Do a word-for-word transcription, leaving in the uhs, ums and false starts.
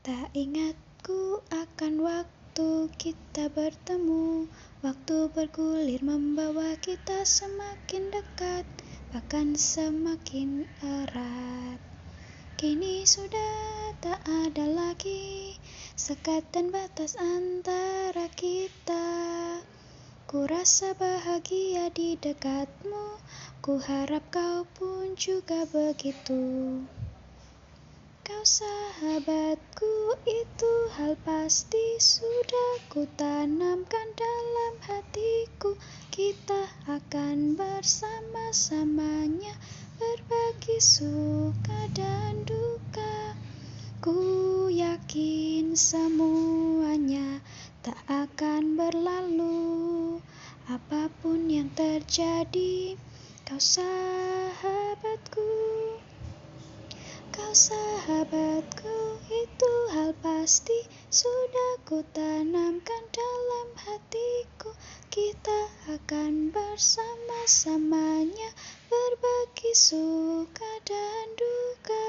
Tak ingatku akan waktu kita bertemu. Waktu bergulir membawa kita semakin dekat, bahkan semakin erat. Kini sudah tak ada lagi sekat dan batas antara kita. Ku rasa bahagia di dekatmu, ku harap kau pun juga begitu. Kau sahabatku, itu hal pasti sudah ku tanamkan dalam hatiku. Kita akan bersama-samanya berbagi suka dan duka. Ku yakin semuanya tak akan berlalu. Apapun yang terjadi, kau sahabatku. Kau sahabatku, itu hal pasti sudah ku tanamkan dalam hatiku. Kita akan bersama-samanya berbagi suka dan duka.